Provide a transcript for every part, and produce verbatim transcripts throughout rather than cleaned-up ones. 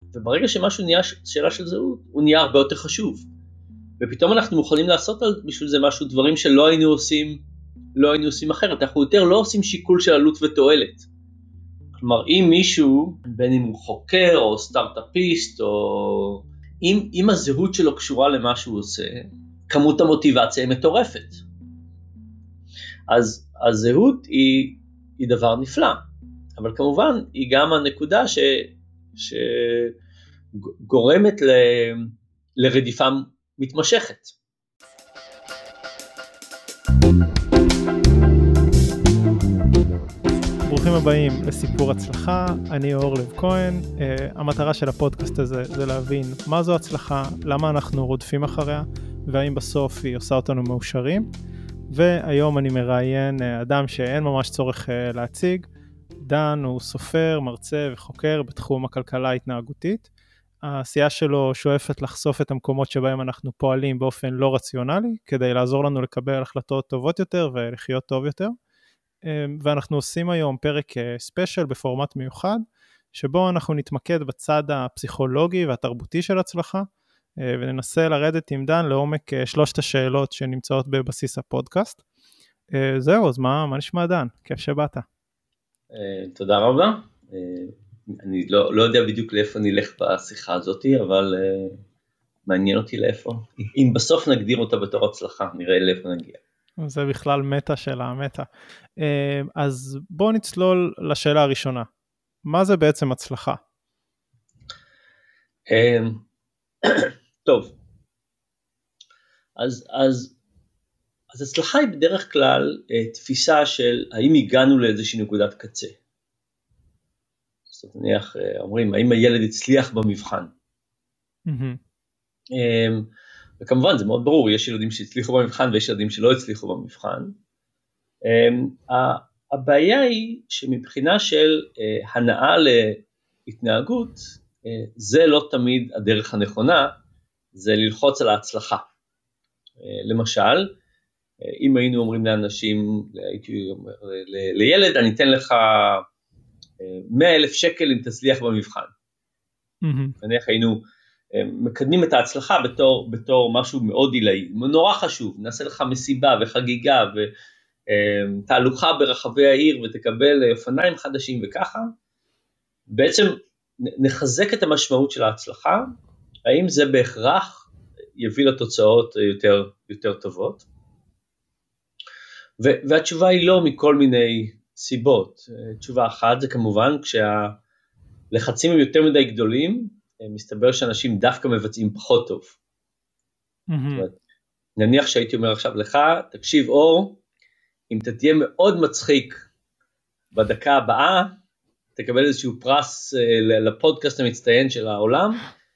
וברגע שמשהו נהיה שאלה של זהות, הוא נהיה הרבה יותר חשוב. ופתאום אנחנו מוכנים לעשות בשביל זה משהו, דברים שלא היינו עושים, לא היינו עושים אחרת. אנחנו יותר לא עושים שיקול של עלות ותועלת. כלומר, אם מישהו, בין אם הוא חוקר או סטארט-אפיסט, או אם, אם הזהות שלו קשורה למה שהוא עושה, כמות המוטיבציה היא מטורפת. אז הזהות היא, היא דבר נפלא, אבל כמובן היא גם הנקודה ש, שגורמת ל, לרדיפה מתמשכת. ברוכים הבאים לסיפור הצלחה, אני אור לב כהן. uh, המטרה של הפודקאסט הזה זה להבין מה זו הצלחה, למה אנחנו רודפים אחריה, והאם בסוף היא עושה אותנו מאושרים. והיום אני מראיין uh, אדם שאין ממש צורך uh, להציג. דן הוא סופר, מרצה וחוקר בתחום הכלכלה ההתנהגותית. העשייה שלו שואפת לחשוף את המקומות שבהם אנחנו פועלים באופן לא רציונלי, כדי לעזור לנו לקבל החלטות טובות יותר ולחיות טוב יותר. ואנחנו עושים היום פרק ספיישל בפורמט מיוחד, שבו אנחנו נתמקד בצד הפסיכולוגי והתרבותי של הצלחה, וננסה לרדת עם דן לעומק שלושת השאלות שנמצאות בבסיס הפודקאסט. זהו, אז מה, מה נשמע דן? כיף שבאת. תודה רבה. אני לא, לא יודע בדיוק לאיפה נלך בשיחה הזאת, אבל מעניין אותי לאיפה. אם בסוף נגדיר אותה בתור הצלחה, נראה לאיפה נגיע. זה בכלל מטה של המטה. אז בואו נצלול לשאלה הראשונה. מה זה בעצם הצלחה? טוב. אז, אז, אז הצלחה היא בדרך כלל תפיסה של האם הגענו לאיזושהי נקודת קצה. זאת אומרת, אומרים, האם הילד הצליח במבחן? Mm-hmm. וכמובן זה מאוד ברור, יש ילדים שהצליחו במבחן ויש ילדים שלא הצליחו במבחן. הבעיה היא שמבחינה של הנאה להתנהגות, זה לא תמיד הדרך הנכונה, זה ללחוץ על ההצלחה. למשל, אם היינו אומרים לאנשים, לילד אני אתן לך מאה אלף שקל אם תצליח במבחן. נניח היינו מקדמים את ההצלחה בתור, בתור משהו מאוד עילאי, נורא חשוב, נעשה לך מסיבה וחגיגה ותהלוכה ברחבי העיר ותקבל אופניים חדשים וככה, בעצם נחזק את המשמעות של ההצלחה, האם זה בהכרח יביא לתוצאות יותר, יותר טובות? והתשובה היא לא מכל מיני סיבות. תשובה אחת זה כמובן כשהלחצים הם יותר מדי גדולים, מסתבר שאנשים דווקא מבצעים פחות טוב. Mm-hmm. זאת אומרת, נניח שהייתי אומר עכשיו לך, תקשיב אור, אם אתה תהיה מאוד מצחיק בדקה הבאה, תקבל איזשהו פרס לפודקאסט המצטיין של העולם,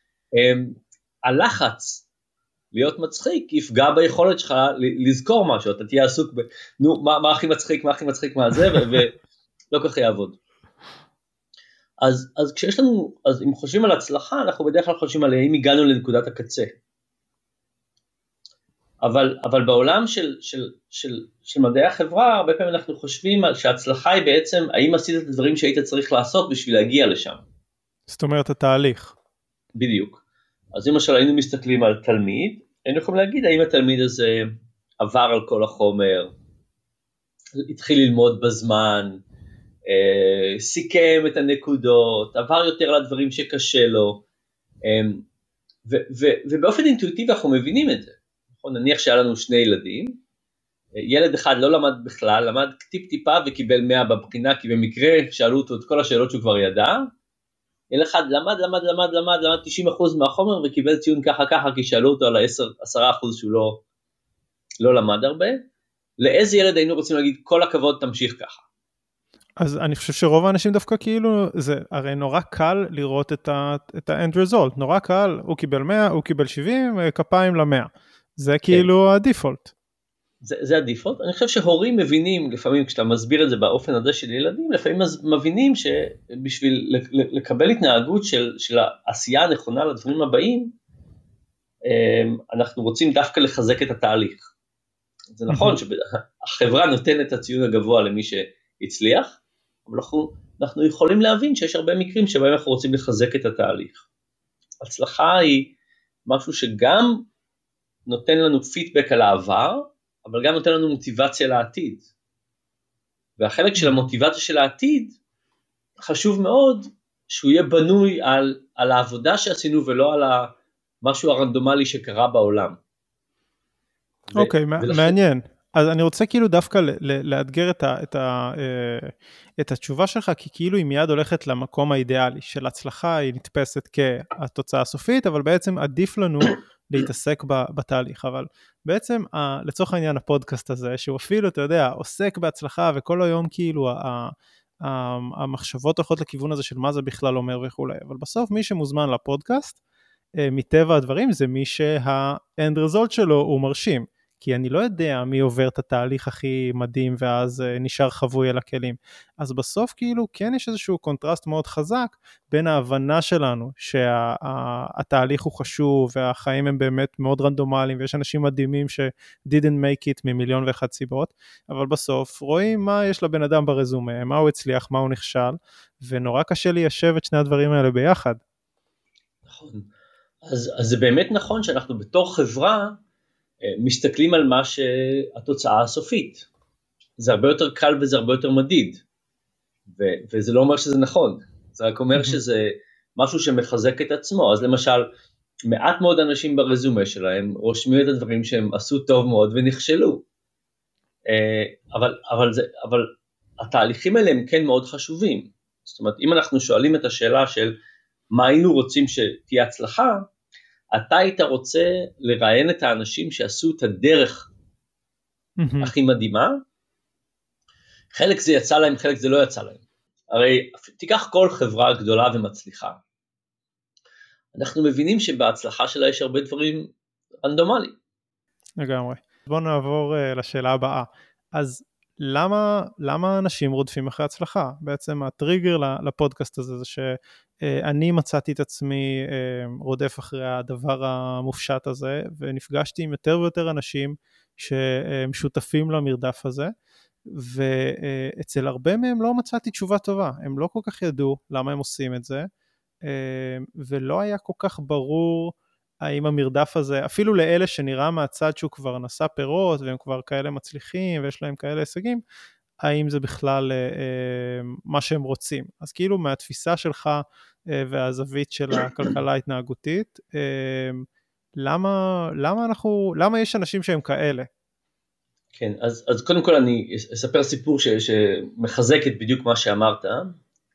הלחץ להיות מצחיק יפגע ביכולת שלך לזכור משהו, אתה תהיה עסוק ב, נו, מה, מה הכי מצחיק, מה הכי מצחיק מה זה, ולא כך יעבוד. אז, אז כשיש לנו, אז אם חושבים על הצלחה, אנחנו בדרך כלל חושבים על האם הגענו לנקודת הקצה. אבל, אבל בעולם של, של, של, של מדעי החברה, הרבה פעמים אנחנו חושבים על שההצלחה היא בעצם, האם עשית את הדברים שהיית צריך לעשות בשביל להגיע לשם. זאת אומרת, התהליך. בדיוק. אז למשל, היינו מסתכלים על תלמיד, היינו יכולים להגיד, האם התלמיד הזה עבר על כל החומר, התחיל ללמוד בזמן, אה, סיכם את הנקודות, עבר יותר על הדברים שקשה לו, אה, ו- ו- ובאופן אינטואיטיבי אנחנו מבינים את זה. נכון, נניח שהיה לנו שני ילדים, ילד אחד לא למד בכלל, למד טיפ טיפה וקיבל מאה בבחינה, כי במקרה שאלו אותו את כל השאלות שהוא כבר ידע, ילד אחד למד, למד, למד, למד, למד תשעים אחוז מהחומר וקיבל ציון ככה ככה, כי שאלו אותו על ה-עשרה אחוז שהוא לא, לא למד הרבה. לאיזה ילד היינו רוצים להגיד, כל הכבוד תמשיך ככה? אז אני חושב שרוב האנשים דווקא כאילו, זה הרי נורא קל לראות את ה, את ה-end result, נורא קל, הוא קיבל מאה, הוא קיבל שבעים, כפיים ל-מאה. זה כאילו הדיפולט. זה, זה הדיפולט. אני חושב שהורים מבינים, לפעמים כשאתה מסביר את זה באופן הזה של ילדים, לפעמים מבינים שבשביל לקבל התנהגות של, של העשייה הנכונה לדברים הבאים, אנחנו רוצים דווקא לחזק את התהליך. זה נכון שהחברה נותנת את הציון הגבוה למי שהצליח, אבל אנחנו, אנחנו יכולים להבין שיש הרבה מקרים שבהם אנחנו רוצים לחזק את התהליך. הצלחה היא משהו שגם נותן לנו פידבק על העבר, אבל גם נותן לנו מוטיבציה לעתיד. והחלק של המוטיבציה של העתיד, חשוב מאוד שהוא יהיה בנוי על, על העבודה שעשינו, ולא על משהו הרנדומלי שקרה בעולם. אוקיי, okay, ולכן... מעניין. אז אני רוצה כאילו דווקא לאתגר את, ה, את, ה, את התשובה שלך, כי כאילו היא מיד הולכת למקום האידיאלי, של הצלחה היא נתפסת כהתוצאה הסופית, אבל בעצם עדיף לנו להתעסק בתהליך. אבל בעצם לצורך העניין הפודקאסט הזה, שהוא אפילו, אתה יודע, עוסק בהצלחה, וכל היום כאילו המחשבות הולכות לכיוון הזה של מה זה בכלל אומר וכו'. אבל בסוף מי שמוזמן לפודקאסט, מטבע הדברים זה מי שהאנד רזולט שלו הוא מרשים. כי אני לא יודע מי עובר את התהליך הכי מדהים, ואז נשאר חבוי על הכלים. אז בסוף כאילו כן יש איזשהו קונטרסט מאוד חזק, בין ההבנה שלנו, שהתהליך הוא חשוב, והחיים הם באמת מאוד רנדומליים, ויש אנשים מדהימים ש- didn't make it ממיליון ואחת סיבות, אבל בסוף רואים מה יש לבן אדם ברזומה, מה הוא הצליח, מה הוא נכשל, ונורא קשה ליישב את שני הדברים האלה ביחד. נכון. אז, אז זה באמת נכון שאנחנו בתור חברה, מסתכלים על מה שהתוצאה הסופית. זה הרבה יותר קל וזה הרבה יותר מדיד. ו- וזה לא אומר שזה נכון. זה רק אומר שזה משהו שמחזק את עצמו. אז למשל, מעט מאוד אנשים ברזומה שלהם רושמים את הדברים שהם עשו טוב מאוד ונכשלו. אבל, אבל, זה, אבל התהליכים האלה הם כן מאוד חשובים. זאת אומרת, אם אנחנו שואלים את השאלה של מה היינו רוצים שתהיה הצלחה, אתה היית רוצה לראיין את האנשים שעשו את הדרך mm-hmm. הכי מדהימה, חלק זה יצא להם, חלק זה לא יצא להם. הרי תיקח כל חברה גדולה ומצליחה, אנחנו מבינים שבהצלחה שלה יש הרבה דברים רנדומליים. לגמרי. בואו נעבור uh, לשאלה הבאה. אז למה, למה אנשים רודפים אחרי הצלחה? בעצם הטריגר לפודקאסט הזה זה שאני מצאתי את עצמי רודף אחרי הדבר המופשט הזה, ונפגשתי עם יותר ויותר אנשים שמשותפים למרדף הזה, ואצל הרבה מהם לא מצאתי תשובה טובה, הם לא כל כך ידעו למה הם עושים את זה, ולא היה כל כך ברור האם המרדף הזה, אפילו לאלה שנראה מהצד שהוא כבר נשא פירות, והם כבר כאלה מצליחים, ויש להם כאלה הישגים, האם זה בכלל אה, אה, מה שהם רוצים. אז כאילו מהתפיסה שלך אה, והזווית של הכלכלה ההתנהגותית, אה, למה, למה אנחנו, למה יש אנשים שהם כאלה? כן, אז, אז קודם כל אני אספר סיפור ש, שמחזק את בדיוק מה שאמרת. אה,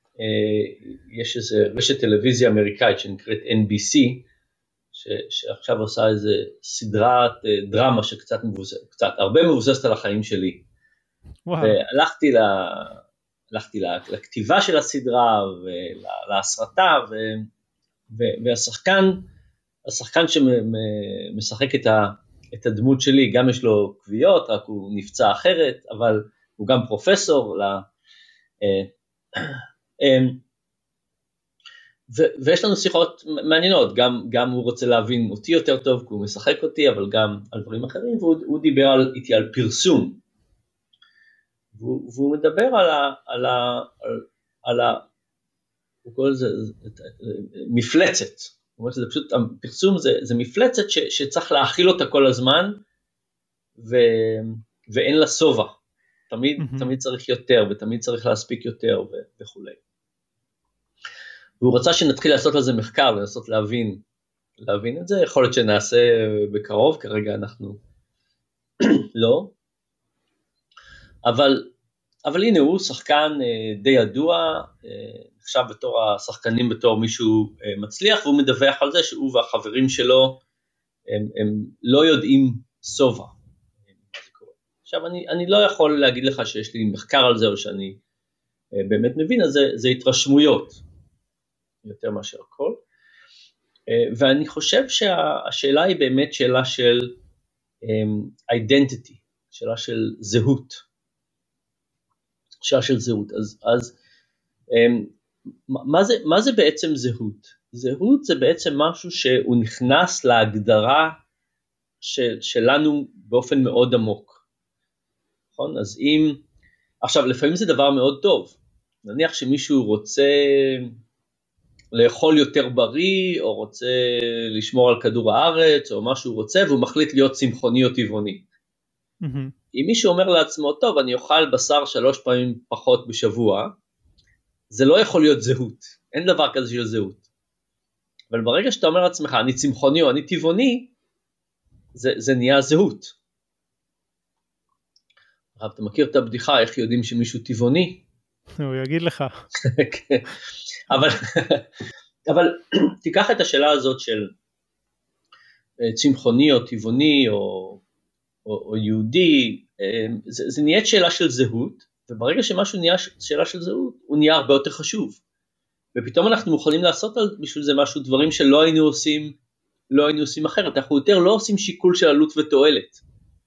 יש איזו רשת טלוויזיה אמריקאית שנקראת אן בי סי, ש, שעכשיו עושה איזו סדרת דרמה שקצת מבוססת, קצת, הרבה מבוססת על החיים שלי. וואו. והלכתי ל, הלכתי לכתיבה של הסדרה ולהסרטה, ו, ו, והשחקן, השחקן שמשחק את, ה, את הדמות שלי, גם יש לו קביעות, רק הוא נפצע אחרת, אבל הוא גם פרופסור, ל, ו- ויש לנו שיחות מעניינות, גם, גם הוא רוצה להבין אותי יותר טוב, כי הוא משחק אותי, אבל גם על דברים אחרים, והוא דיבר על, איתי על פרסום, והוא, והוא מדבר על ה... על ה, על, על ה הוא קורא לזה מפלצת, הוא אומר שזה פשוט, הפרסום זה, זה מפלצת ש, שצריך להאכיל אותה כל הזמן, ו, ואין לה סובה, תמיד, mm-hmm. תמיד צריך יותר, ותמיד צריך להספיק יותר, ו, וכו'. והוא רצה שנתחיל לעשות לזה מחקר, ולנסות להבין, להבין את זה, יכול להיות שנעשה בקרוב, כרגע אנחנו לא, אבל, אבל הנה הוא שחקן די ידוע, נחשב בתור השחקנים בתור מישהו מצליח, והוא מדווח על זה שהוא והחברים שלו, הם, הם לא יודעים סובה. עכשיו אני, אני לא יכול להגיד לך שיש לי מחקר על זה, או שאני באמת מבין, אז זה, זה התרשמויות. יותר מאשר הכל, ואני חושב שהשאלה היא באמת שאלה של identity, שאלה של זהות, שאלה של זהות, אז, אז מה זה, מה זה בעצם זהות? זהות זה בעצם משהו שהוא נכנס להגדרה של, שלנו באופן מאוד עמוק, נכון? אז אם, עכשיו לפעמים זה דבר מאוד טוב, נניח שמישהו רוצה לאכול יותר בריא, או רוצה לשמור על כדור הארץ, או מה שהוא רוצה, והוא מחליט להיות צמחוני או טבעוני. Mm-hmm. אם מישהו אומר לעצמו, טוב, אני אוכל בשר שלוש פעמים פחות בשבוע, זה לא יכול להיות זהות, אין דבר כזה של זהות. אבל ברגע שאתה אומר לעצמך, אני צמחוני או אני טבעוני, זה, זה נהיה זהות. עכשיו, אתה מכיר את הבדיחה, איך יודעים שמישהו טבעוני? הוא יגיד לך. כן. אבל, אבל תיקח את השאלה הזאת של צמחוני או טבעוני או, או, או יהודי, זה, זה נהיית שאלה של זהות, וברגע שמשהו נהיה שאלה של זהות, הוא נהיה הרבה יותר חשוב. ופתאום אנחנו מוכנים לעשות בשביל זה משהו, דברים שלא היינו עושים, לא היינו עושים אחרת, אנחנו יותר לא עושים שיקול של עלות ותועלת.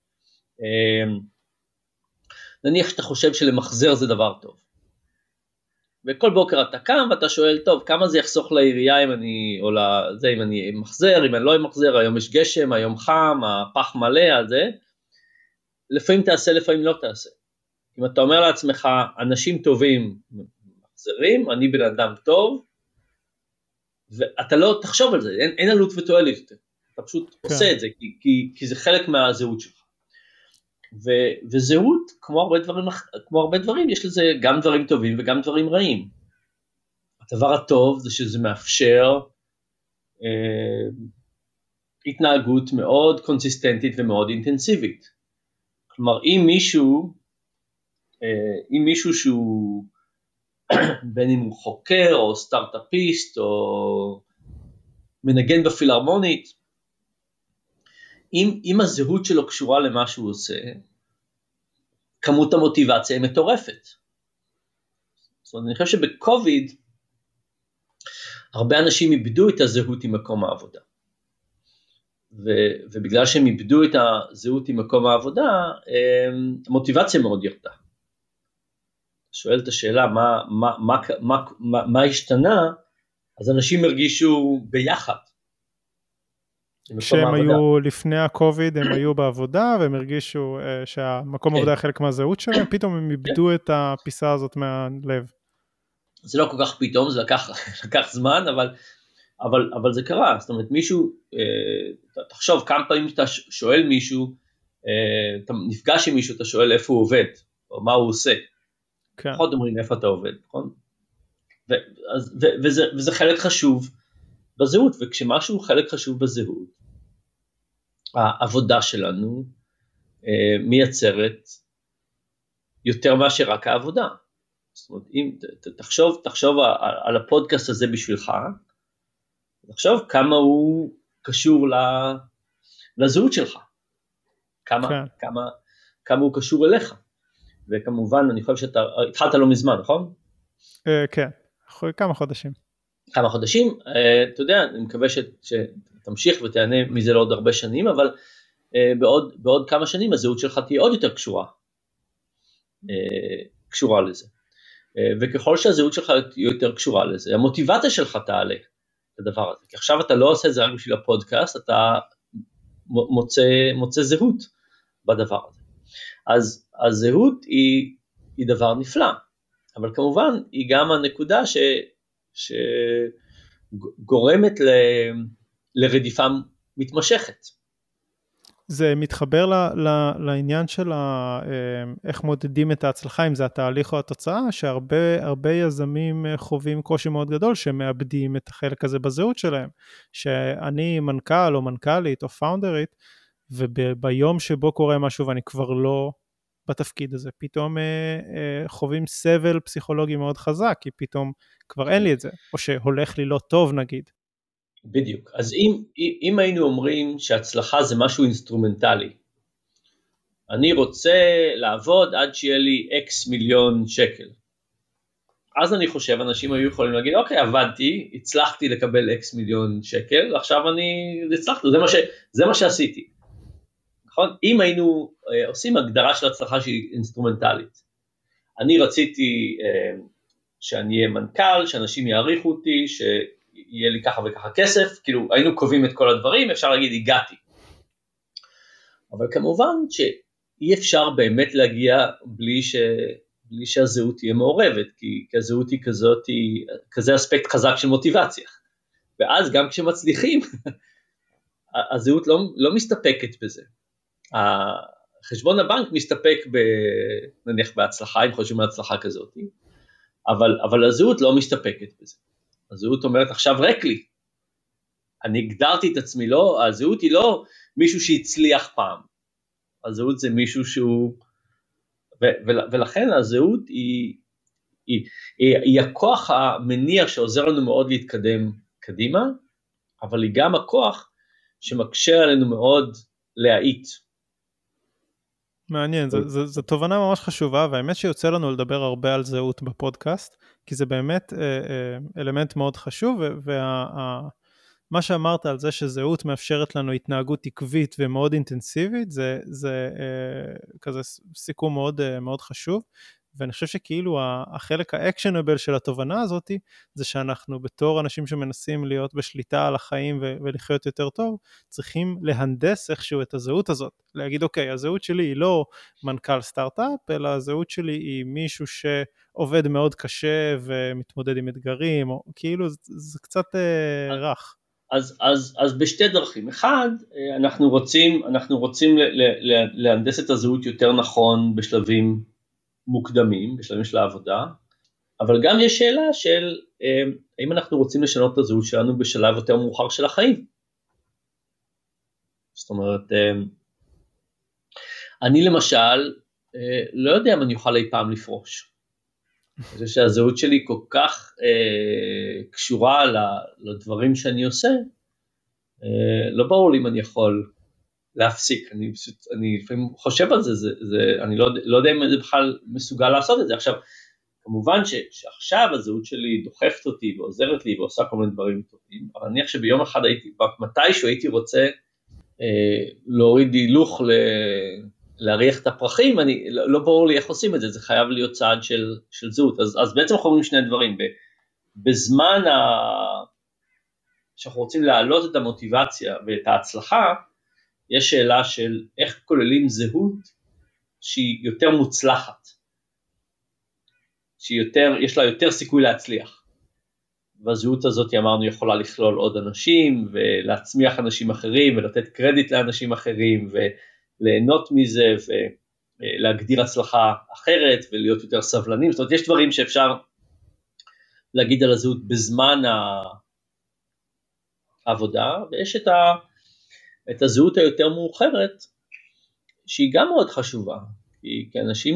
נניח שאתה חושב שלמחזר זה דבר טוב. וכל בוקר אתה קם ואתה שואל, טוב, כמה זה יחסוך לעירייה אם אני, או לזה, אם אני מחזר, אם אני לא מחזר, היום יש גשם, היום חם, הפח מלא, על זה. לפעמים תעשה, לפעמים לא תעשה. אם אתה אומר לעצמך, אנשים טובים מחזרים, אני בן אדם טוב, ואתה לא תחשוב על זה, אין, אין עלות ותועלת יותר. אתה פשוט כן. עושה את זה, כי, כי, כי זה חלק מהזהות שלך. ו, וזהות, כמו הרבה דברים, כמו הרבה דברים, יש לזה גם דברים טובים וגם דברים רעים. הדבר הטוב זה שזה מאפשר אה, התנהגות מאוד קונסיסטנטית ומאוד אינטנסיבית. כלומר, אם מישהו, אה, אם מישהו שהוא, בין אם הוא חוקר או סטארט-אפיסט או מנגן בפילהרמונית, אם, אם הזהות שלו קשורה למה שהוא עושה, כמות המוטיבציה היא מטורפת. זאת אומרת, אני חושב שבקוביד, הרבה אנשים איבדו את הזהות עם מקום העבודה. ו, ובגלל שהם איבדו את הזהות עם מקום העבודה, המוטיבציה מאוד ירדה. שואל את השאלה, מה, מה, מה, מה, מה, מה השתנה? אז אנשים הרגישו ביחד. כשהם היו לפני הקוביד, הם היו בעבודה, והם הרגישו uh, שהמקום עבודה חלק מהזהות שלהם, פתאום הם איבדו את הפיסה הזאת מהלב. זה לא כל כך פתאום, זה לקח, לקח זמן, אבל, אבל, אבל זה קרה. זאת אומרת, מישהו, אה, תחשוב, כמה פעמים אתה שואל מישהו, אה, אתה נפגש עם מישהו, אתה שואל איפה הוא עובד, או מה הוא עושה. כן. פחות אומרים איפה אתה עובד, נכון? ו, אז, ו, וזה, וזה חלק חשוב בזהות, וכשמשהו חלק חשוב בזהות, העבודה שלנו אה, מייצרת יותר מאשר רק העבודה. זאת אומרת, אם תחשוב, תחשוב על הפודקאסט הזה בשבילך, תחשוב כמה הוא קשור לזהות שלך, כמה, כן. כמה, כמה הוא קשור אליך, וכמובן אני חושב שאתה, התחלת לא מזמן, נכון? כן, כמה חודשים. כמה חודשים, אתה יודע, אני מקווה שתמשיך ותענה מזה לעוד הרבה שנים, אבל בעוד, בעוד כמה שנים הזהות שלך תהיה עוד יותר קשורה, קשורה לזה. וככל שהזהות שלך יותר קשורה לזה, המוטיבציה שלך תעלה לדבר הזה, כי עכשיו אתה לא עושה את זה רק בשביל הפודקאסט, אתה מוצא, מוצא זהות בדבר הזה. אז הזהות היא, היא דבר נפלא, אבל כמובן היא גם הנקודה ש, שגורמת ל, לרדיפה מתמשכת. זה מתחבר ל, ל, לעניין של ה, איך מודדים את ההצלחה, אם זה התהליך או התוצאה, שהרבה הרבה יזמים חווים קושי מאוד גדול, שמאבדים את החלק הזה בזהות שלהם, שאני מנכ"ל או מנכ"לית או פאונדרית, וביום שבו קורה משהו ואני כבר לא בתפקיד הזה, פתאום חווים סבל פסיכולוגי מאוד חזק, כי פתאום כבר אין לי את זה, או שהולך לי לא טוב נגיד. בדיוק. אז אם, אם היינו אומרים שהצלחה זה משהו אינסטרומנטלי, אני רוצה לעבוד עד שיהיה לי X מיליון שקל. אז אני חושב, אנשים היו יכולים להגיד, אוקיי, עבדתי, הצלחתי לקבל X מיליון שקל, עכשיו אני הצלחתי, זה מה, ש, זה מה שעשיתי. נכון? אם היינו אה, עושים הגדרה של הצלחה שהיא אינסטרומנטלית, אני רציתי אה, שאני אהיה מנכ"ל, שאנשים יעריכו אותי, ש... יהיה לי ככה וככה כסף, כאילו היינו קובעים את כל הדברים, אפשר להגיד הגעתי. אבל כמובן שאי אפשר באמת להגיע בלי, ש... בלי שהזהות תהיה מעורבת, כי, כי הזהות היא כזאת, היא, כזה אספקט חזק של מוטיבציה. ואז גם כשמצליחים, הזהות לא, לא מסתפקת בזה. חשבון הבנק מסתפק ב, נניח בהצלחה, אם חושבים על הצלחה כזאת, אבל, אבל הזהות לא מסתפקת בזה. הזהות אומרת, עכשיו רק לי. אני הגדרתי את עצמי, לא, הזהות היא לא מישהו שהצליח פעם. הזהות זה מישהו שהוא, ו, ו, ולכן הזהות היא, היא, היא, היא הכוח המניע שעוזר לנו מאוד להתקדם קדימה, אבל היא גם הכוח שמקשה עלינו מאוד להאיט. מעניין, זו תובנה ממש חשובה, והאמת שיוצא לנו לדבר הרבה על זהות בפודקאסט, כי זה באמת אלמנט מאוד חשוב, ומה שאמרת על זה שזהות מאפשרת לנו התנהגות עקבית ומאוד אינטנסיבית, זה, זה כזה סיכום מאוד, מאוד חשוב, ואני חושב שכאילו החלק האקשנבל של התובנה הזאת, זה שאנחנו בתור אנשים שמנסים להיות בשליטה על החיים ולחיות יותר טוב, צריכים להנדס איכשהו את הזהות הזאת, להגיד אוקיי, הזהות שלי היא לא מנכ"ל סטארט-אפ, אלא הזהות שלי היא מישהו שעובד מאוד קשה ומתמודד עם אתגרים, או כאילו זה, זה קצת אה, רך. אז, אז, אז בשתי דרכים. אחד, אנחנו רוצים, אנחנו רוצים ל, ל, ל, להנדס את הזהות יותר נכון בשלבים מוקדמים, בשלבים של העבודה, אבל גם יש שאלה של האם אנחנו רוצים לשנות את הזהות שלנו בשלב יותר מאוחר של החיים. זאת אומרת, אני למשל לא יודע אם אני אוכל אי פעם לפרוש. אני חושב שהזהות שלי כל כך קשורה לדברים שאני עושה, לא ברור לי אם אני יכול להפסיק. אני פשוט, אני לפעמים חושב על זה, זה, זה אני לא, לא יודע אם אני בכלל מסוגל לעשות את זה. עכשיו, כמובן ש, שעכשיו הזהות שלי דוחפת אותי ועוזרת לי ועושה כל מיני דברים טובים, אבל נניח שביום אחד הייתי, מתישהו הייתי רוצה אה, להוריד הילוך ל, להריח את הפרחים, אני, לא, לא ברור לי איך עושים את זה, זה חייב להיות צעד של, של זהות. אז, אז בעצם אנחנו רואים שני דברים, בזמן ה, שאנחנו רוצים להעלות את המוטיבציה ואת ההצלחה, יש שאלה של איך כוללים זהות שהיא יותר מוצלחת, שהיא יותר, יש לה יותר סיכוי להצליח. והזהות הזאת, אמרנו, יכולה לכלול עוד אנשים, ולהצמיח אנשים אחרים, ולתת קרדיט לאנשים אחרים, וליהנות מזה, ולהגדיר הצלחה אחרת, ולהיות יותר סבלנים. זאת אומרת, יש דברים שאפשר להגיד על הזהות בזמן העבודה, ויש את ה... את הזהות היותר מאוחרת, שהיא גם מאוד חשובה, כי כאנשים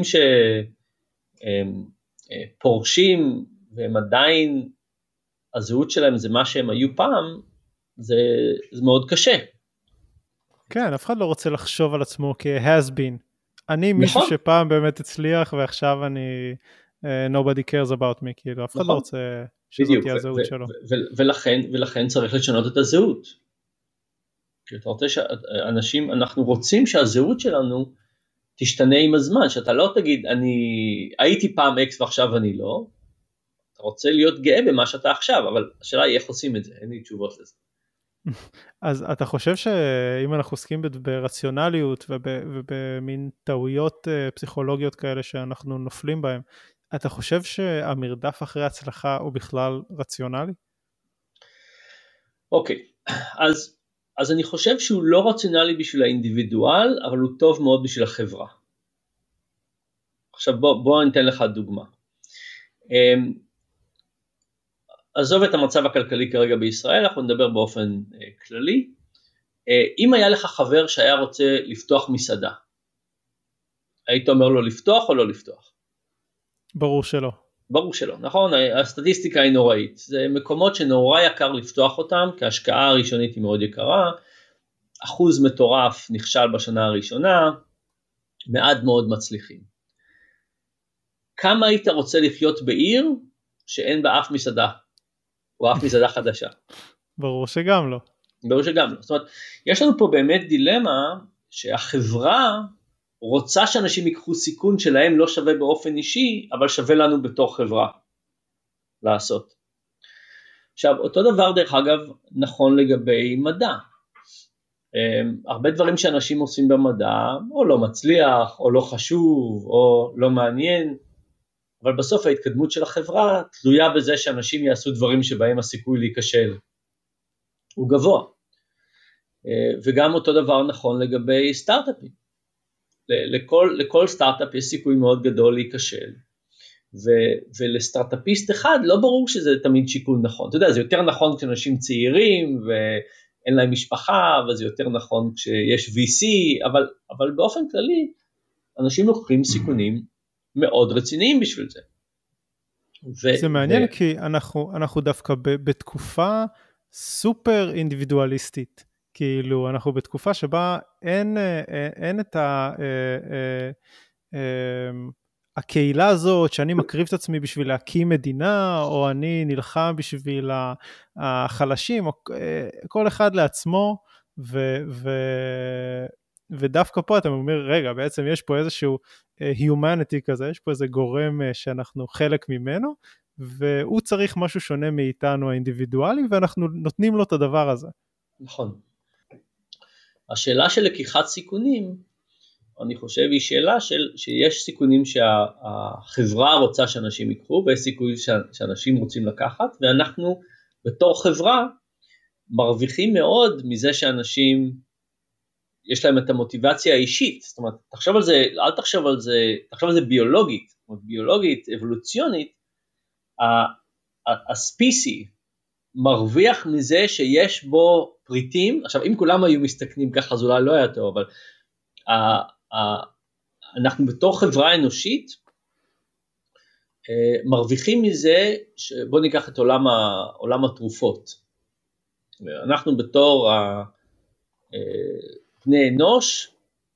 שפורשים, והם עדיין, הזהות שלהם זה מה שהם היו פעם, זה, זה מאוד קשה. כן, אף אחד לא רוצה לחשוב על עצמו כ-has been. אני מישהו נכון. שפעם באמת הצליח, ועכשיו אני, uh, nobody cares about me, כאילו, אף אחד נכון. לא רוצה שזאת תהיה הזהות שלו. ולכן, ולכן צריך לשנות את הזהות. כי אתה רוצה שאנשים, אנחנו רוצים שהזהות שלנו תשתנה עם הזמן, שאתה לא תגיד, אני הייתי פעם אקס ועכשיו אני לא, אתה רוצה להיות גאה במה שאתה עכשיו, אבל השאלה היא איך עושים את זה, אין לי תשובות לזה. אז אתה חושב שאם אנחנו עוסקים ברציונליות ובמין טעויות פסיכולוגיות כאלה שאנחנו נופלים בהן, אתה חושב שהמרדף אחרי הצלחה הוא בכלל רציונלי? אוקיי, אז אז אני חושב שהוא לא רציונלי בשביל האינדיבידואל, אבל הוא טוב מאוד בשביל החברה. עכשיו בוא, בוא ניתן לך דוגמה. עזוב את המצב הכלכלי כרגע בישראל, אנחנו נדבר באופן כללי. אם היה לך חבר שהיה רוצה לפתוח מסעדה, היית אומר לו לפתוח או לא לפתוח? ברור שלא. ברור שלא, נכון? הסטטיסטיקה היא נוראית. זה מקומות שנורא יקר לפתוח אותם, כי ההשקעה הראשונית היא מאוד יקרה, אחוז מטורף נכשל בשנה הראשונה, מעט מאוד מצליחים. כמה היית רוצה לחיות בעיר שאין בה אף מסעדה, או אף מסעדה חדשה? ברור שגם לא. ברור שגם לא. זאת אומרת, יש לנו פה באמת דילמה שהחברה רוצה שאנשים ייקחו סיכון שלהם לא שווה באופן אישי, אבל שווה לנו בתור חברה לעשות. עכשיו, אותו דבר דרך אגב נכון לגבי מדע. הרבה דברים שאנשים עושים במדע, או לא מצליח, או לא חשוב, או לא מעניין, אבל בסוף ההתקדמות של החברה תלויה בזה שאנשים יעשו דברים שבהם הסיכוי להיכשל הוא גבוה. וגם אותו דבר נכון לגבי סטארט-אפים. לכל, לכל סטארט-אפ יש סיכוי מאוד גדול להיכשל, ו, ולסטארט-אפיסט אחד לא ברור שזה תמיד שיקול נכון. אתה יודע, זה יותר נכון כשאנשים צעירים ואין להם משפחה, וזה יותר נכון כשיש וי סי, אבל, אבל באופן כללי, אנשים לוקחים סיכונים מאוד רציניים בשביל זה. ו, זה מעניין ו... כי אנחנו, אנחנו דווקא ב, בתקופה סופר אינדיבידואליסטית. כאילו, אנחנו בתקופה שבה אין, אין, אין את ה... הקהילה הזאת שאני מקריב את עצמי בשביל להקים מדינה, או אני נלחם בשביל החלשים, או כל אחד לעצמו, ו, ו, ודווקא פה אתה אומר, רגע, בעצם יש פה איזשהו humanity כזה, יש פה איזה גורם שאנחנו חלק ממנו, והוא צריך משהו שונה מאיתנו האינדיבידואלי, ואנחנו נותנים לו את הדבר הזה. נכון. השאלה של לקיחת סיכונים, אני חושב היא שאלה של, שיש סיכונים שהחברה רוצה שאנשים ייקחו, ויש סיכונים שאנשים רוצים לקחת, ואנחנו בתור חברה מרוויחים מאוד מזה שאנשים, יש להם את המוטיבציה האישית, זאת אומרת, תחשוב על זה, אל תחשוב על זה, תחשוב על זה ביולוגית, זאת אומרת, ביולוגית, אבולוציונית, הספיסי מרוויח מזה שיש בו פריטים, עכשיו אם כולם היו מסתכנים ככה, אז אולי לא היה טוב, אבל אנחנו בתור חברה אנושית מרוויחים מזה, בוא ניקח את עולם, עולם התרופות, אנחנו בתור בני אנוש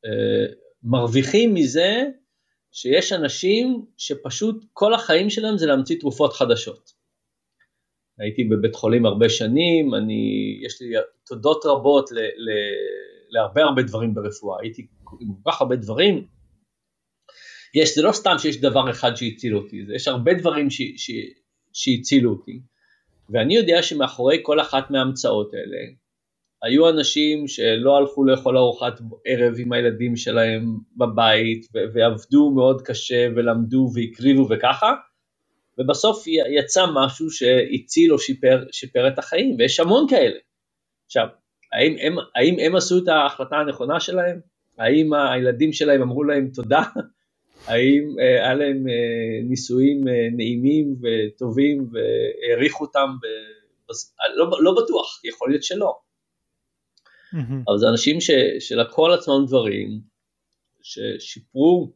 מרוויחים מזה שיש אנשים שפשוט כל החיים שלהם זה להמציא תרופות חדשות. הייתי בבית חולים הרבה שנים, אני, יש לי תודות רבות ל, ל, להרבה הרבה דברים ברפואה, הייתי עם כל כך הרבה דברים, יש, זה לא סתם שיש דבר אחד שהציל אותי, זה, יש הרבה דברים ש, ש, שהצילו אותי, ואני יודע שמאחורי כל אחת מההמצאות האלה, היו אנשים שלא הלכו לאכול ארוחת ערב עם הילדים שלהם בבית, ו, ועבדו מאוד קשה ולמדו והקריבו וככה, ובסוף יצא משהו שהציל או שיפר, שיפר את החיים, ויש המון כאלה. עכשיו, האם הם, האם הם עשו את ההחלטה הנכונה שלהם? האם הילדים שלהם אמרו להם תודה? האם היה להם ניסויים נעימים וטובים והעריכו אותם? לא, לא בטוח, יכול להיות שלא. Mm-hmm. אבל זה אנשים ש, שלקחו על עצמם דברים, ששיפרו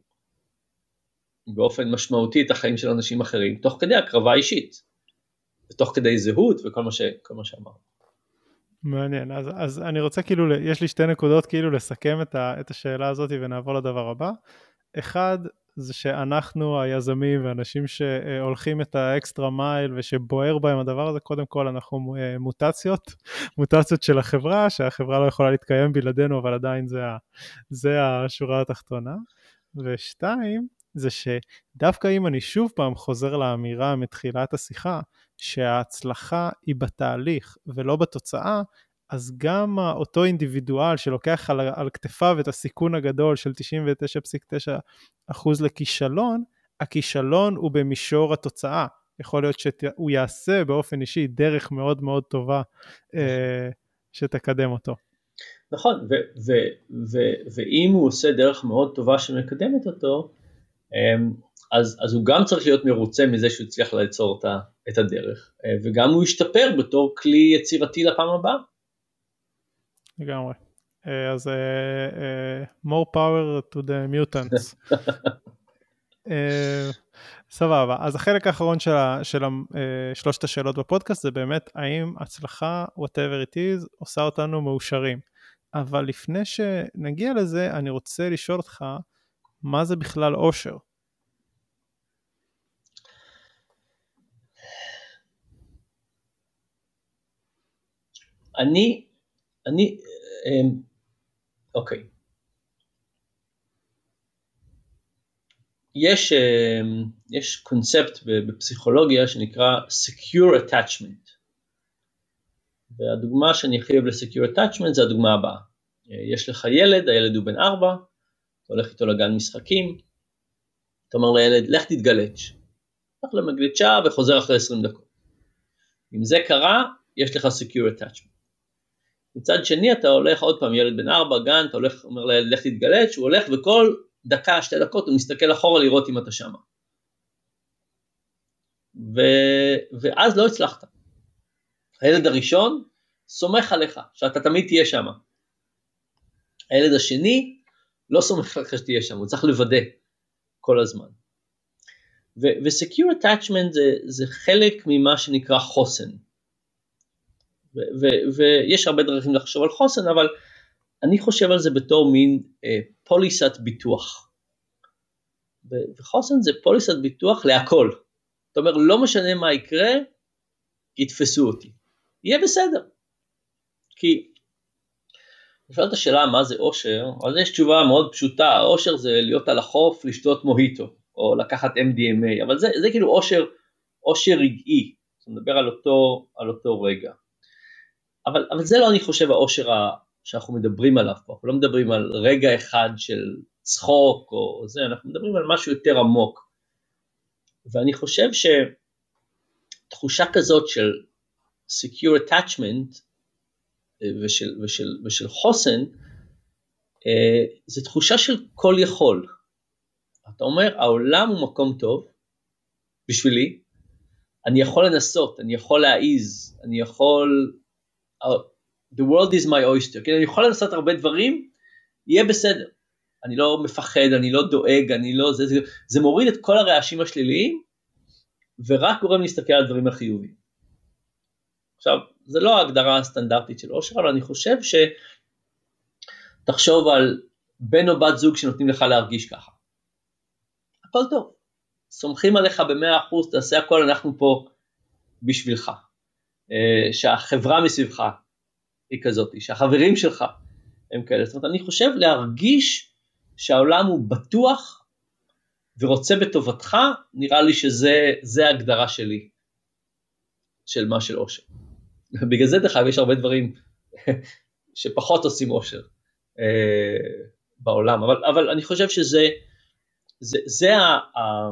באופן משמעותי את החיים של אנשים אחרים, תוך כדי הקרבה אישית, ותוך כדי זהות וכל מה, ש, כל מה שאמר. מעניין, אז, אז אני רוצה כאילו, יש לי שתי נקודות כאילו לסכם את, ה, את השאלה הזאת ונעבור לדבר הבא. אחד, זה שאנחנו היזמים ואנשים שהולכים את האקסטרה מייל ושבוער בהם הדבר הזה, קודם כל אנחנו מוטציות, מוטציות של החברה, שהחברה לא יכולה להתקיים בלעדינו, אבל עדיין זה, זה השורה התחתונה. ושתיים, זה שדווקא אם אני שוב פעם חוזר לאמירה מתחילת השיחה, שההצלחה היא בתהליך ולא בתוצאה, אז גם אותו אינדיבידואל שלוקח על, על כתפיו את הסיכון הגדול של תשעים ותשע נקודה תשע אחוז לכישלון, הכישלון הוא במישור התוצאה. יכול להיות שהוא יעשה באופן אישי דרך מאוד מאוד טובה אה, שתקדם אותו. נכון, ו- ו- ו- ואם הוא עושה דרך מאוד טובה שמקדמת אותו, אז, אז הוא גם צריך להיות מרוצה מזה שהוא הצליח ליצור את הדרך, וגם הוא ישתפר בתור כלי יצירתי לפעם הבאה. לגמרי. אז uh, uh, more power to the mutants. uh, סבבה. אז החלק האחרון של, של uh, שלושת השאלות בפודקאסט זה באמת האם הצלחה, whatever it is, עושה אותנו מאושרים. אבל לפני שנגיע לזה, אני רוצה לשאול אותך, מה זה בכלל אושר? אני, אני, אוקיי. יש, יש קונספט בפסיכולוגיה שנקרא secure attachment. והדוגמה שאני הכי אוהב ל-secure attachment זה הדוגמה הבאה. יש לך ילד, הילד הוא בן ארבע, אתה הולך איתו לגן משחקים, אתה אומר לילד, לך תתגלץ'. הולך למגלשה וחוזר אחרי עשרים דקות. אם זה קרה, יש לך secure attachment. מצד שני אתה הולך עוד פעם, ילד בן ארבע, גן, אתה הולך, אומר לילד, לך תתגלץ', הוא הולך וכל דקה, שתי דקות, הוא מסתכל אחורה לראות אם אתה שמה. ו... ואז לא הצלחת. הילד הראשון סומך עליך, שאתה תמיד תהיה שמה. הילד השני לא סומך עליך שתהיה שם, הוא צריך לוודא כל הזמן. ו- ו-secure attachment זה, זה חלק ממה שנקרא חוסן. ו- ו- ויש הרבה דרכים לחשוב על חוסן, אבל אני חושב על זה בתור מין אה, פוליסת ביטוח. ו- וחוסן זה פוליסת ביטוח להכל. זאת אומרת, לא משנה מה יקרה, יתפסו אותי. יהיה בסדר. כי נשאלת השאלה מה זה אושר, אז יש תשובה מאוד פשוטה, אושר זה להיות על החוף, לשתות מוהיטו, או לקחת אם די אם איי, אבל זה, זה כאילו אושר, אושר רגעי, זאת אומרת, מדבר על אותו, על אותו רגע. אבל, אבל זה לא אני חושב האושר שאנחנו מדברים עליו פה, אנחנו לא מדברים על רגע אחד של צחוק או זה, אנחנו מדברים על משהו יותר עמוק. ואני חושב שתחושה כזאת של secure attachment, ושל, ושל, ושל חוסן, זה תחושה של כל יכול. אתה אומר, העולם הוא מקום טוב בשבילי, אני יכול לנסות, אני יכול להעיז, אני יכול, the world is my oyster, כן? אני יכול לנסות הרבה דברים, יהיה בסדר. אני לא מפחד, אני לא דואג, אני לא, זה, זה, זה מוריד את כל הרעשים השליליים, ורק גורם להסתכל על הדברים החיוביים. עכשיו, זה לא ההגדרה הסטנדרטית של אושר, אבל אני חושב שתחשוב על בן או בת זוג שנותנים לך להרגיש ככה. הכל טוב. סומכים עליך במאה אחוז, תעשה הכל, אנחנו פה בשבילך. שהחברה מסביבך היא כזאת, שהחברים שלך הם כאלה. זאת אומרת, אני חושב להרגיש שהעולם הוא בטוח ורוצה בטובתך, נראה לי שזה, זה ההגדרה שלי, של מה של אושר. בגלל זה דרך אגב יש הרבה דברים שפחות עושים אושר אה, בעולם, אבל, אבל אני חושב שזה זה, זה, ה, ה,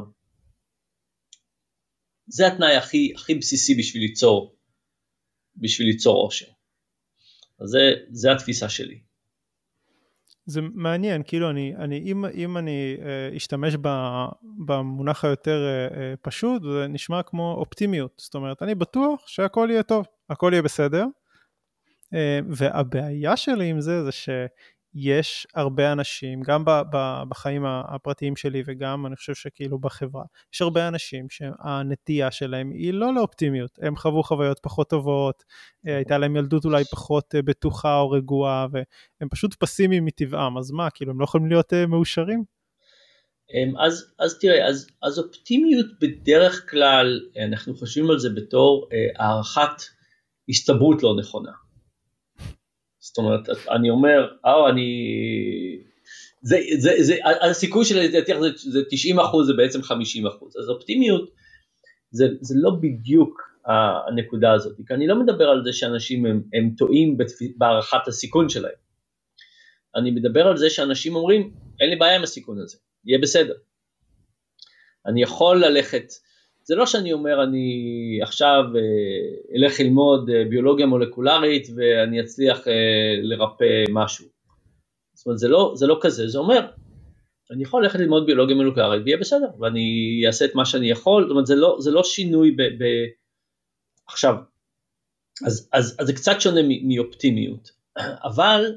זה התנאי הכי, הכי בסיסי בשביל ליצור, בשביל ליצור אושר. אז זה, זה התפיסה שלי. זה מעניין, כאילו אני, אני, אם, אם אני אה, אשתמש במונח היותר אה, פשוט, זה נשמע כמו אופטימיות, זאת אומרת, אני בטוח שהכל יהיה טוב, הכל יהיה בסדר, אה, והבעיה שלי עם זה, זה שיש הרבה אנשים, גם ב, ב, בחיים הפרטיים שלי, וגם אני חושב שכאילו בחברה, יש הרבה אנשים שהנטייה שלהם היא לא לאופטימיות, הם חוו חוויות פחות טובות, הייתה להם ילדות אולי פחות בטוחה או רגועה, והם פשוט פסימיים מטבעם, אז מה, כאילו הם לא יכולים להיות מאושרים? אז, אז תראה, אז, אז אופטימיות בדרך כלל, אנחנו חושבים על זה בתור הערכת הסתברות לא נכונה. זאת אומרת, אני אומר, אה, אני, זה, זה, זה, הסיכוי שלי זה, זה תשעים אחוז, זה בעצם חמישים אחוז, אז אופטימיות, זה, זה לא בדיוק הנקודה הזאת, כי אני לא מדבר על זה שאנשים הם, הם טועים בהערכת הסיכון שלהם, אני מדבר על זה שאנשים אומרים, אין לי בעיה עם הסיכון הזה, יהיה בסדר, אני יכול ללכת, זה לא שאני אומר אני עכשיו אלך ללמוד ביולוגיה מולקולרית ואני אצליח לרפא משהו. זאת אומרת, זה לא, זה לא כזה, זה אומר, אני יכול ללכת ללמוד ביולוגיה מולקולרית ויהיה בסדר, ואני אעשה את מה שאני יכול, זאת אומרת, זה לא, זה לא שינוי ב, ב... עכשיו, אז, אז, אז זה קצת שונה מאופטימיות, אבל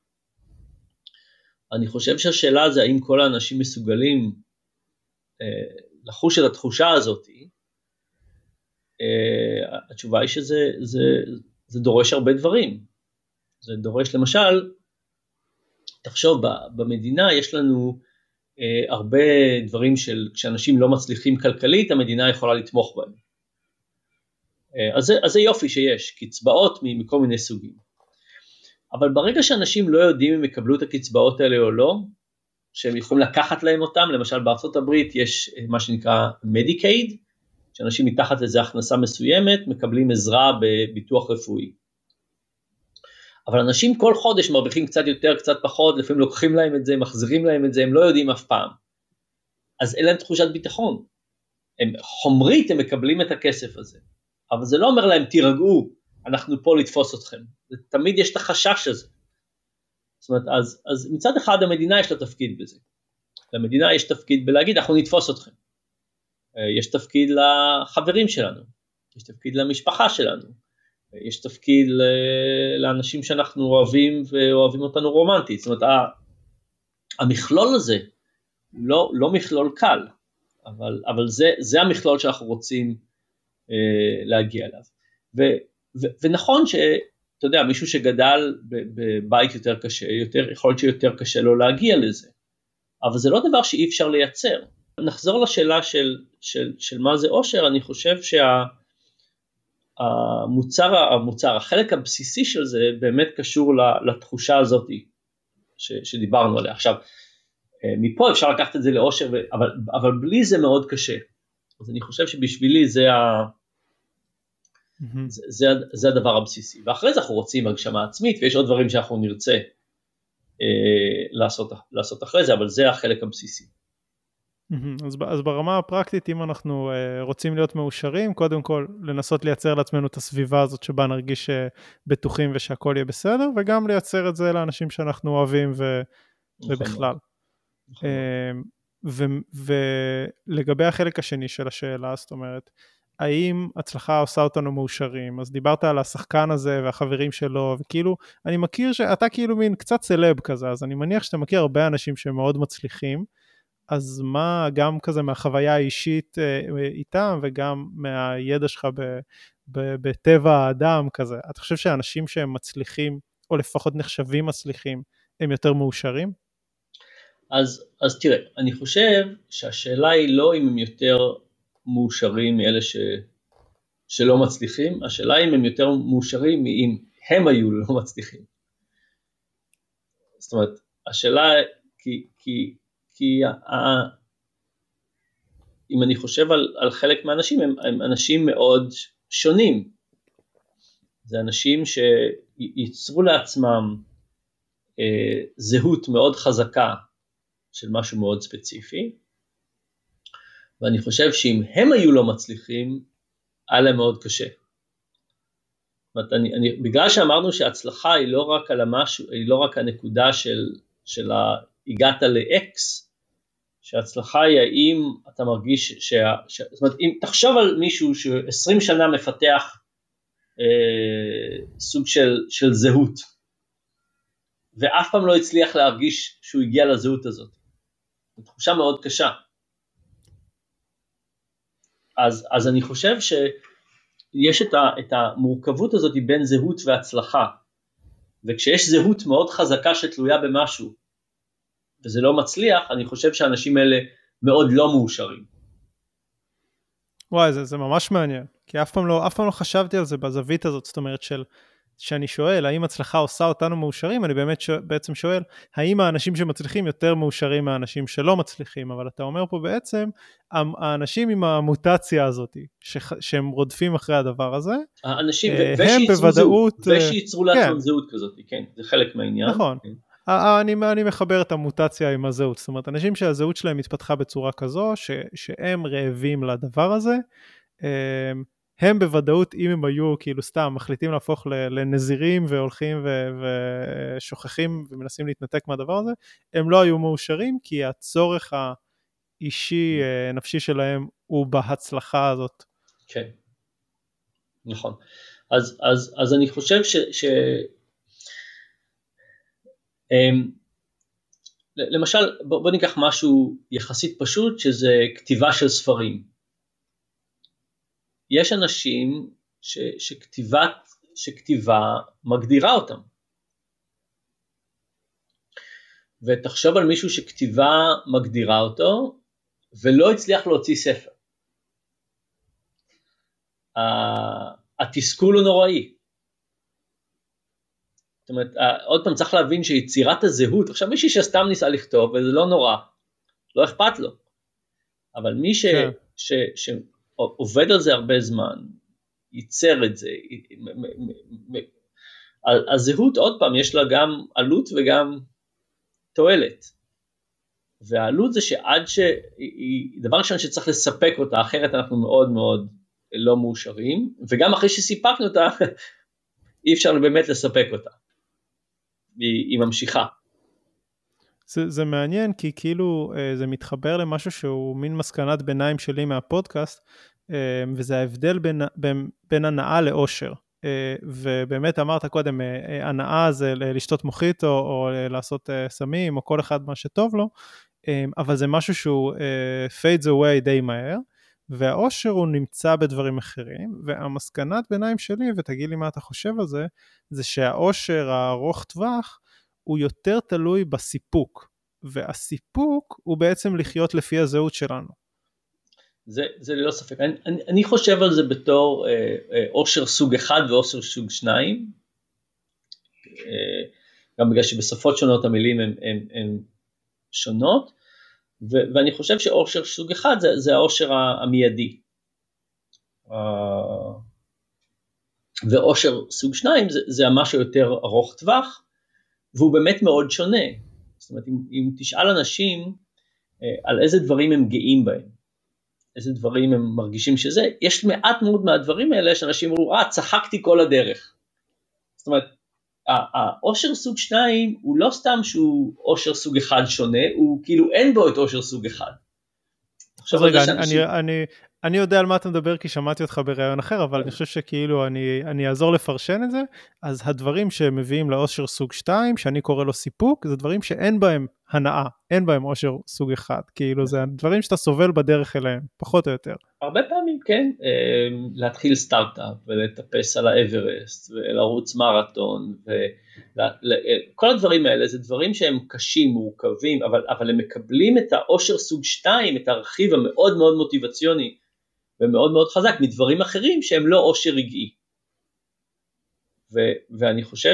אני חושב שהשאלה זה האם כל האנשים מסוגלים לחוש את התחושה הזאת, uh, התשובה היא שזה זה, זה דורש הרבה דברים. זה דורש למשל, תחשוב, במדינה יש לנו uh, הרבה דברים של כשאנשים לא מצליחים כלכלית, המדינה יכולה לתמוך בהם. Uh, אז, זה, אז זה יופי שיש, קצבאות מכל מיני סוגים. אבל ברגע שאנשים לא יודעים אם יקבלו את הקצבאות האלה או לא, שהם יכולים לקחת להם אותם, למשל בארצות הברית יש מה שנקרא מדיקייד, שאנשים מתחת לזה הכנסה מסוימת, מקבלים עזרה בביטוח רפואי. אבל אנשים כל חודש מרוויחים קצת יותר, קצת פחות, לפעמים לוקחים להם את זה, מחזירים להם את זה, הם לא יודעים אף פעם. אז אין להם תחושת ביטחון. הם חומרית, הם מקבלים את הכסף הזה, אבל זה לא אומר להם, תירגעו, אנחנו פה לתפוס אתכם, תמיד יש את החשש הזה, זאת אומרת, אז, אז מצד אחד המדינה יש לה תפקיד בזה, למדינה יש תפקיד בלהגיד, אנחנו נתפוס אתכם, יש תפקיד לחברים שלנו, יש תפקיד למשפחה שלנו, יש תפקיד לאנשים שאנחנו אוהבים ואוהבים אותנו רומנטית, זאת אומרת, המכלול הזה לא, לא מכלול קל, אבל, אבל זה, זה המכלול שאנחנו רוצים אה, להגיע אליו. ו, ו, ונכון שאתה יודע, מישהו שגדל בבית יותר קשה, יותר, יכול להיות שיותר קשה לו להגיע לזה, אבל זה לא דבר שאי אפשר לייצר. נחזור לשאלה של, של, של מה זה אושר, אני חושב שה... המוצר, המוצר, החלק הבסיסי של זה באמת קשור לתחושה הזאת ש, שדיברנו עליה. עכשיו, מפה אפשר לקחת את זה לאושר, אבל, אבל בלי זה מאוד קשה. אז אני חושב שבשבילי זה, ה, mm-hmm. זה, זה, זה הדבר הבסיסי. ואחרי זה אנחנו רוצים הגשמה עצמית, ויש עוד דברים שאנחנו נרצה אה, לעשות, לעשות אחרי זה, אבל זה החלק הבסיסי. אז, אז ברמה הפרקטית, אם אנחנו uh, רוצים להיות מאושרים, קודם כל לנסות לייצר לעצמנו את הסביבה הזאת שבה נרגיש uh, בטוחים ושהכל יהיה בסדר, וגם לייצר את זה לאנשים שאנחנו אוהבים ו, ובכלל. Uh, ו, ולגבי החלק השני של השאלה, זאת אומרת, האם הצלחה עושה אותנו מאושרים? אז דיברת על השחקן הזה והחברים שלו, וכאילו, אני מכיר שאתה כאילו מין קצת סלב כזה, אז אני מניח שאתה מכיר הרבה אנשים שמאוד מצליחים, אז מה גם כזה מהחוויה האישית איתם, וגם מהידע שלך ב, ב, בטבע האדם כזה, אתה חושב שאנשים שהם מצליחים, או לפחות נחשבים מצליחים, הם יותר מאושרים? אז, אז תראה, אני חושב שהשאלה היא לא אם הם יותר מאושרים מאלה ש, שלא מצליחים, השאלה אם הם יותר מאושרים מאם הם היו לא מצליחים. זאת אומרת, השאלה, כי, כי, כי ה, אם אני חושב על, על חלק מהאנשים, הם, הם אנשים מאוד שונים. זה אנשים שיצרו לעצמם אה, זהות מאוד חזקה של משהו מאוד ספציפי, ואני חושב שאם הם היו לא מצליחים, היה להם מאוד קשה. אני, אני, בגלל שאמרנו שההצלחה היא לא רק על המשהו, היא לא רק הנקודה של, של הגעת ל-X, שההצלחה היא האם אתה מרגיש, שה, ש, זאת אומרת, אם תחשוב על מישהו ש-עשרים שנה מפתח אה, סוג של, של זהות, ואף פעם לא הצליח להרגיש שהוא הגיע לזהות הזאת. זו תחושה מאוד קשה. אז, אז אני חושב שיש את, ה, את המורכבות הזאת בין זהות והצלחה, וכשיש זהות מאוד חזקה שתלויה במשהו, וזה לא מצליח, אני חושב שהאנשים האלה מאוד לא מאושרים. וואי, זה, זה ממש מעניין, כי אף פעם לא, אף פעם לא חשבתי על זה בזווית הזאת, זאת אומרת של, שאני שואל, האם הצלחה עושה אותנו מאושרים, אני באמת ש... בעצם שואל, האם האנשים שמצליחים יותר מאושרים מהאנשים שלא מצליחים, אבל אתה אומר פה בעצם, האנשים עם המוטציה הזאת, ש... שהם רודפים אחרי הדבר הזה, האנשים, הם בוודאות... ושיצרו לעצמם כן. זהות כזאת, כן, זה חלק מהעניין. נכון. כן. אני, אני מחבר את המוטציה עם הזהות, זאת אומרת, אנשים שהזהות שלהם מתפתחה בצורה כזו, ש... שהם רעבים לדבר הזה, הם בוודאות, אם הם היו כאילו סתם מחליטים להפוך לנזירים והולכים ושוכחים ומנסים להתנתק מהדבר הזה, הם לא היו מאושרים, כי הצורך האישי נפשי שלהם הוא בהצלחה הזאת. כן, נכון. אז, אז, אז אני חושב ש... ש... למשל, בוא, בוא ניקח משהו יחסית פשוט, שזה כתיבה של ספרים. יש אנשים ש, שכתיבת, שכתיבה מגדירה אותם. ותחשוב על מישהו שכתיבה מגדירה אותו, ולא הצליח להוציא ספר. התסכול הוא נוראי. זאת אומרת, עוד פעם צריך להבין שיצירת הזהות, עכשיו מישהו שסתם ניסה לכתוב, וזה לא נורא, לא אכפת לו. אבל מי ש... כן. ש, ש עובד על זה הרבה זמן, ייצר את זה, הזהות עוד פעם יש לה גם עלות וגם תועלת, והעלות זה שעד ש... דבר ראשון שצריך לספק אותה, אחרת אנחנו מאוד מאוד לא מאושרים, וגם אחרי שסיפקנו אותה, אי אפשר באמת לספק אותה. היא, היא ממשיכה. זה, זה מעניין, כי כאילו זה מתחבר למשהו שהוא מין מסקנת ביניים שלי מהפודקאסט, וזה ההבדל בין, בין, בין הנאה לאושר. ובאמת אמרת קודם, הנאה זה לשתות מוחיטו, או לעשות סמים, או כל אחד מה שטוב לו, אבל זה משהו שהוא fades away די מהר, והאושר הוא נמצא בדברים אחרים, והמסקנת ביניים שלי, ותגיד לי מה אתה חושב על זה, זה שהאושר הארוך טווח, הוא יותר תלוי בסיפוק, והסיפוק הוא בעצם לחיות לפי הזהות שלנו. זה, זה ללא ספק. אני, אני, אני חושב על זה בתור אה, אה, אושר סוג אחד ואושר סוג שניים, אה, גם בגלל שבשפות שונות המילים הן, הן, הן שונות, ו, ואני חושב שאושר סוג אחד זה, זה האושר המיידי. אה, ואושר סוג שניים זה, זה המשהו יותר ארוך טווח, והוא באמת מאוד שונה. זאת אומרת, אם, אם תשאל אנשים אה, על איזה דברים הם גאים בהם, איזה דברים הם מרגישים שזה, יש מעט מאוד מהדברים האלה שאנשים אמרו, אה, צחקתי כל הדרך. זאת אומרת, האושר סוג שניים הוא לא סתם שהוא אושר סוג אחד שונה, הוא כאילו אין בו את אושר סוג אחד. אז רגע, אני, אני, אני יודע על מה אתה מדבר, כי שמעתי אותך ברעיון אחר, אבל אני חושב שכאילו אני, אני אעזור לפרשן את זה, אז הדברים שמביאים לאושר סוג שתיים, שאני קורא לו סיפוק, זה דברים שאין בהם הנאה, אין בהם אושר סוג אחד, כאילו זה דברים שאתה סובל בדרך אליהם, פחות או יותר. הרבה פעמים, כן, להתחיל סטארט-אפ, ולטפס על האברסט, ולרוץ מרתון, וכל הדברים האלה, זה דברים שהם קשים, מורכבים, אבל, אבל הם מקבלים את האושר סוג שתיים, את הרכיב המאוד מאוד מוטיבציוני, ומאוד מאוד חזק, מדברים אחרים שהם לא אושר רגעי. ו, ואני חושב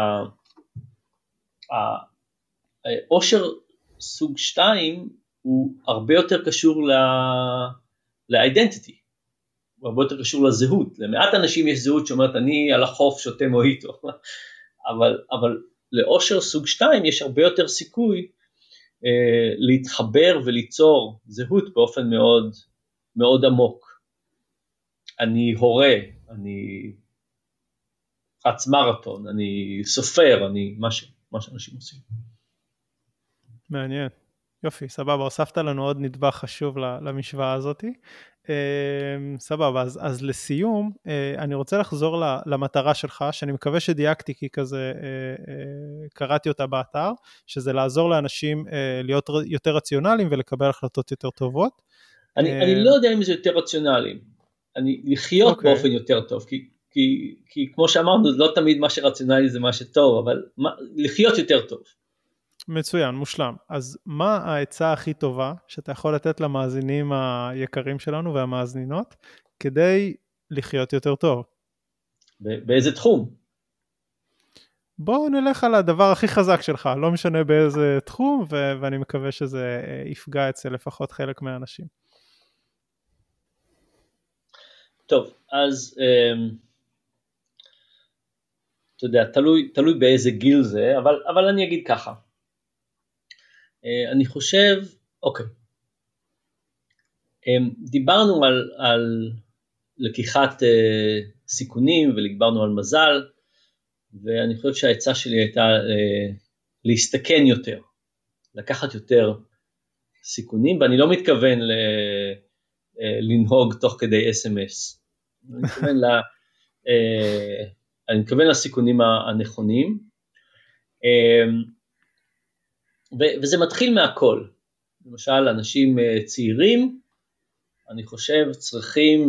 שהאושר סוג שתיים, הוא הרבה יותר קשור ל... לאידנטיטי, הוא הרבה יותר קשור לזהות. למעט אנשים יש זהות שאומרת אני על החוף שותה מוהיטו, אבל, אבל לאושר סוג שתיים יש הרבה יותר סיכוי אה, להתחבר וליצור זהות באופן מאוד, מאוד עמוק. אני הורה, אני חץ מרתון, אני סופר, אני מה, ש, מה שאנשים עושים. מעניין. יופי, סבבה, הוספת לנו עוד נדבך חשוב למשוואה הזאת. סבבה, אז, אז לסיום, אני רוצה לחזור למטרה שלך, שאני מקווה שדייקתי, כי כזה קראתי אותה באתר, שזה לעזור לאנשים להיות יותר רציונליים ולקבל החלטות יותר טובות. אני, אני לא יודע אם זה יותר רציונליים, אני לחיות okay. באופן יותר טוב, כי, כי, כי כמו שאמרנו, לא תמיד מה שרציונלי זה מה שטוב, אבל מה, לחיות יותר טוב. מצוין, מושלם. אז מה העצה הכי טובה שאתה יכול לתת למאזינים היקרים שלנו והמאזינות, כדי לחיות יותר טוב? באיזה תחום? בואו נלך על הדבר הכי חזק שלך, לא משנה באיזה תחום, ו- ואני מקווה שזה יפגע אצל לפחות חלק מהאנשים. טוב, אז אתה יודע, תלוי, תלוי באיזה גיל זה, אבל, אבל אני אגיד ככה. אני חושב, אוקיי, דיברנו על, על לקיחת סיכונים ודיברנו על מזל, ואני חושב שהעצה שלי הייתה להסתכן יותר, לקחת יותר סיכונים, ואני לא מתכוון ל, לנהוג תוך כדי אס אם אס. אני מתכוון, לה, אני מתכוון לסיכונים הנכונים, וזה מתחיל מהכל. למשל, אנשים צעירים, אני חושב, צריכים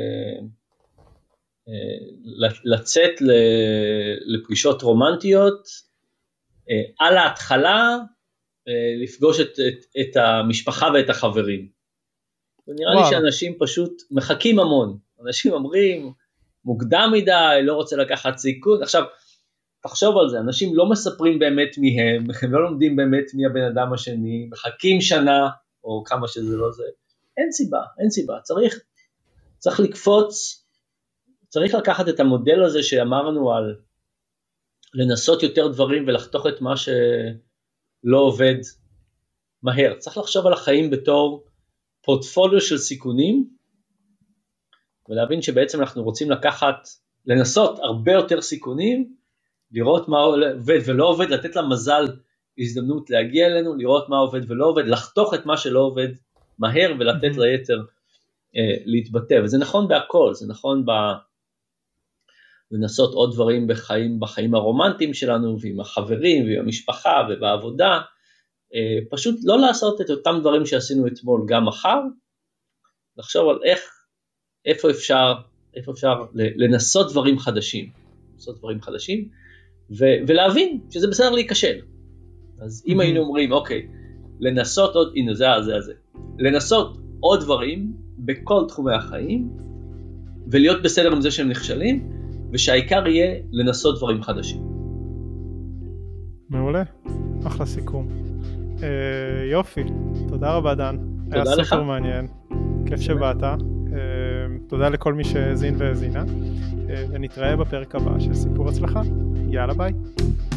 לצאת לפגישות רומנטיות, על ההתחלה לפגוש את, את, את המשפחה ואת החברים. ונראה וואו. לי שאנשים פשוט מחכים המון. אנשים אומרים, מוקדם מדי, לא רוצה לקחת סיכון. עכשיו, תחשוב על זה, אנשים לא מספרים באמת מי הם, הם לא לומדים באמת מי הבן אדם השני, מחכים שנה, או כמה שזה לא זה. אין סיבה, אין סיבה. צריך, צריך לקפוץ, צריך לקחת את המודל הזה שאמרנו על לנסות יותר דברים ולחתוך את מה שלא עובד, מהר, צריך לחשוב על החיים בתור פורטפוליו של סיכונים, ולהבין שבעצם אנחנו רוצים לקחת, לנסות הרבה יותר סיכונים, לראות מה עובד ולא עובד, לתת למזל הזדמנות להגיע אלינו, לראות מה עובד ולא עובד, לחתוך את מה שלא עובד מהר, ולתת mm-hmm. ליתר אה, להתבטא, וזה נכון בהכל, זה נכון ב... לנסות עוד דברים בחיים, בחיים הרומנטיים שלנו, ועם החברים, ועם המשפחה, ובעבודה, אה, פשוט לא לעשות את אותם דברים שעשינו אתמול גם מחר, לחשוב על איך, איפה אפשר, איפה אפשר לנסות דברים חדשים, לנסות דברים חדשים, ו- ולהבין שזה בסדר להיכשל. אז אם היינו אומרים, אוקיי, לנסות עוד, הנה זה, זה, זה, לנסות עוד דברים בכל תחומי החיים, ולהיות בסדר עם זה שהם נכשלים, ושהעיקר יהיה לנסות דברים חדשים. מעולה, אחלה סיכום. אה, יופי, תודה רבה דן. תודה היה לך. סופר מעניין, כיף שבאת. אה, תודה לכל מי שהזין והזינה. אה, ונתראה בפרק הבא של סיפור הצלחה. יאללה ביי.